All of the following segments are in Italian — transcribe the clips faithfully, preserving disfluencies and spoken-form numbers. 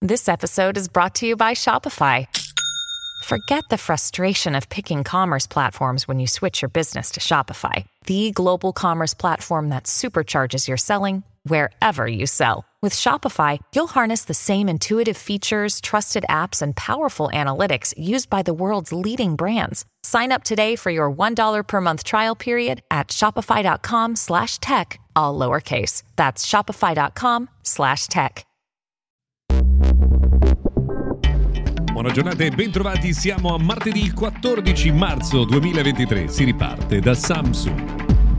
This episode is brought to you by Shopify. Forget the frustration of picking commerce platforms when you switch your business to Shopify, the global commerce platform that supercharges your selling wherever you sell. With Shopify, you'll harness the same intuitive features, trusted apps, and powerful analytics used by the world's leading brands. Sign up today for your one dollar per month trial period at shopify.com slash tech, all lowercase. That's shopify.com slash tech. Buona giornata e bentrovati, siamo a martedì quattordici marzo duemilaventitré, si riparte da Samsung.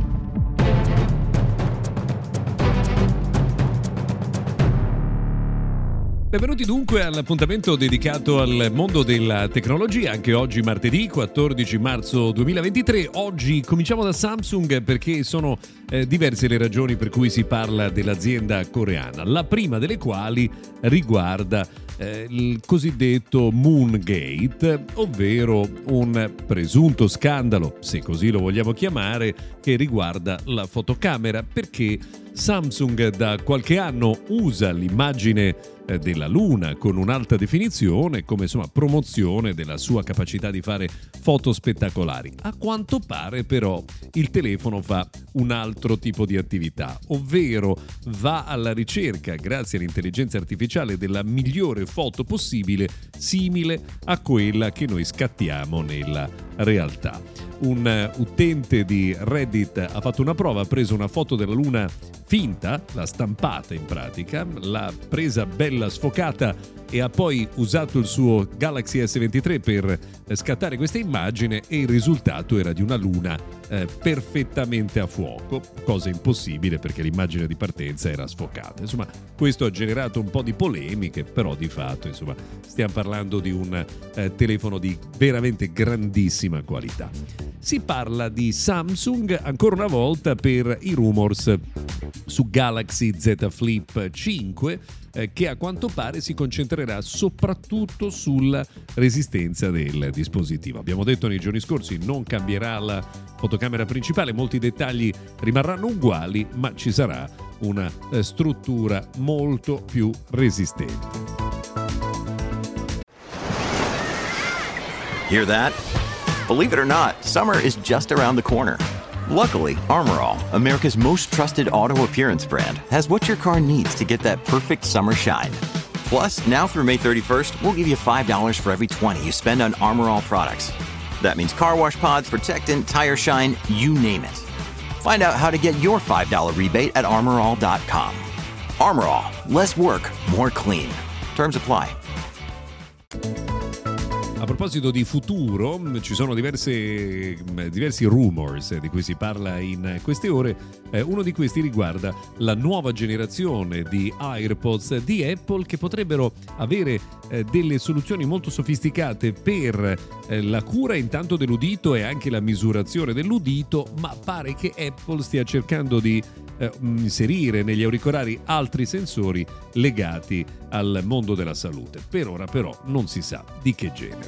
Benvenuti dunque all'appuntamento dedicato al mondo della tecnologia, anche oggi martedì quattordici marzo duemilaventitré. Oggi cominciamo da Samsung perché sono eh, diverse le ragioni per cui si parla dell'azienda coreana, la prima delle quali riguarda eh, il cosiddetto Moongate, ovvero un presunto scandalo, se così lo vogliamo chiamare, che riguarda la fotocamera, perché Samsung da qualche anno usa l'immagine della Luna con un'alta definizione come insomma promozione della sua capacità di fare foto spettacolari. A quanto pare però il telefono fa un altro tipo di attività, ovvero va alla ricerca, grazie all'intelligenza artificiale, della migliore foto possibile simile a quella che noi scattiamo nella realtà. Un utente di Reddit ha fatto una prova, ha preso una foto della Luna finta, l'ha stampata in pratica, l'ha presa bella sfocata e ha poi usato il suo Galaxy S ventitré per scattare questa immagine e il risultato era di una Luna eh, perfettamente a fuoco, cosa impossibile perché l'immagine di partenza era sfocata. Insomma, questo ha generato un po' di polemiche, però di fatto, insomma, stiamo parlando di un eh, telefono di veramente grandissima qualità. Si parla di Samsung ancora una volta per i rumors su Galaxy Z Flip cinque, eh, che a quanto pare si concentrerà soprattutto sulla resistenza del dispositivo. Abbiamo detto nei giorni scorsi non cambierà la fotocamera principale, molti dettagli rimarranno uguali, ma ci sarà una eh, struttura molto più resistente. Hear that? Believe it or not, summer is just around the corner. Luckily, Armor All, America's most trusted auto appearance brand, has what your car needs to get that perfect summer shine. Plus, now through May thirty-first, we'll give you five dollars for every twenty you spend on Armor All products. That means car wash pods, protectant, tire shine, you name it. Find out how to get your five dollars rebate at armor all dot com. Armor All, less work, more clean. Terms apply. A proposito di futuro, ci sono diverse, diversi rumors di cui si parla in queste ore. Eh, uno di questi riguarda la nuova generazione di AirPods di Apple che potrebbero avere eh, delle soluzioni molto sofisticate per eh, la cura intanto dell'udito e anche la misurazione dell'udito, ma pare che Apple stia cercando di eh, inserire negli auricolari altri sensori legati al mondo della salute. Per ora però non si sa di che genere.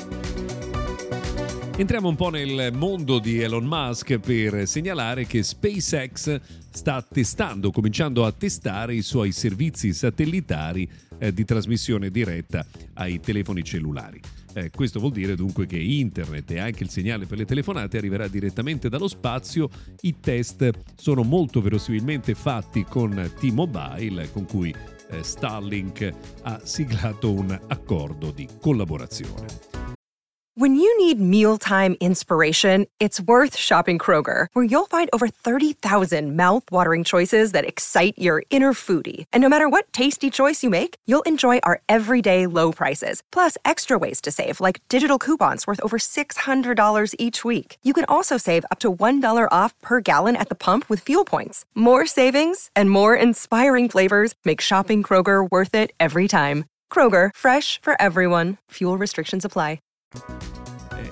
Entriamo un po' nel mondo di Elon Musk per segnalare che SpaceX sta testando, cominciando a testare i suoi servizi satellitari eh, di trasmissione diretta ai telefoni cellulari. Eh, questo vuol dire dunque che internet e anche il segnale per le telefonate arriverà direttamente dallo spazio. I test sono molto verosimilmente fatti con T-Mobile, con cui eh, Starlink ha siglato un accordo di collaborazione. When you need mealtime inspiration, it's worth shopping Kroger, where you'll find over thirty thousand mouth-watering choices that excite your inner foodie. And no matter what tasty choice you make, you'll enjoy our everyday low prices, plus extra ways to save, like digital coupons worth over six hundred dollars each week. You can also save up to one dollar off per gallon at the pump with fuel points. More savings and more inspiring flavors make shopping Kroger worth it every time. Kroger, fresh for everyone. Fuel restrictions apply.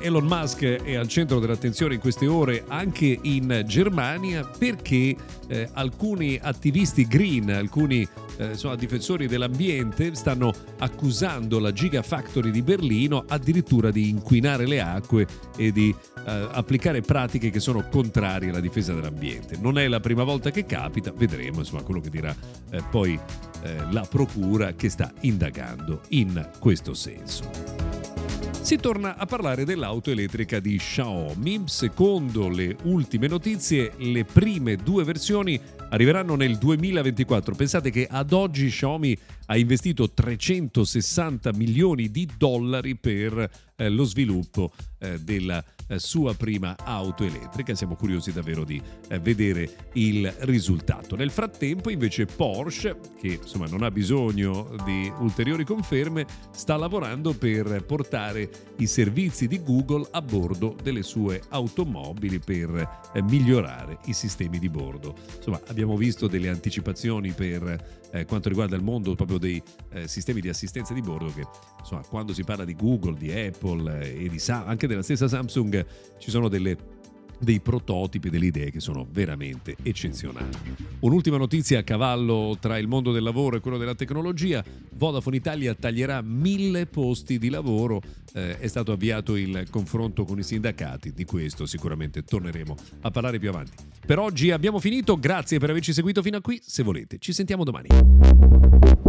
Elon Musk è al centro dell'attenzione in queste ore anche in Germania perché eh, alcuni attivisti green, alcuni eh, insomma, difensori dell'ambiente stanno accusando la Gigafactory di Berlino addirittura di inquinare le acque e di eh, applicare pratiche che sono contrarie alla difesa dell'ambiente. Non è la prima volta che capita, vedremo insomma quello che dirà eh, poi eh, la procura che sta indagando in questo senso. Si torna a parlare dell'auto elettrica di Xiaomi. Secondo le ultime notizie, le prime due versioni arriveranno nel duemilaventiquattro. Pensate che ad oggi Xiaomi ha investito trecentosessanta milioni di dollari per eh, lo sviluppo eh, della eh, sua prima auto elettrica. Siamo curiosi davvero di eh, vedere il risultato. Nel frattempo, invece, Porsche, che insomma non ha bisogno di ulteriori conferme, sta lavorando per portare i servizi di Google a bordo delle sue automobili per eh, migliorare i sistemi di bordo. Insomma, abbiamo visto delle anticipazioni per eh, quanto riguarda il mondo proprio dei eh, sistemi di assistenza di bordo che insomma quando si parla di Google, di Apple eh, e di Sa- anche della stessa Samsung ci sono delle dei prototipi, delle idee che sono veramente eccezionali. Un'ultima notizia a cavallo tra il mondo del lavoro e quello della tecnologia: Vodafone Italia taglierà mille posti di lavoro, eh, è stato avviato il confronto con i sindacati, di questo sicuramente torneremo a parlare più avanti. Per oggi abbiamo finito, grazie per averci seguito fino a qui, se volete ci sentiamo domani.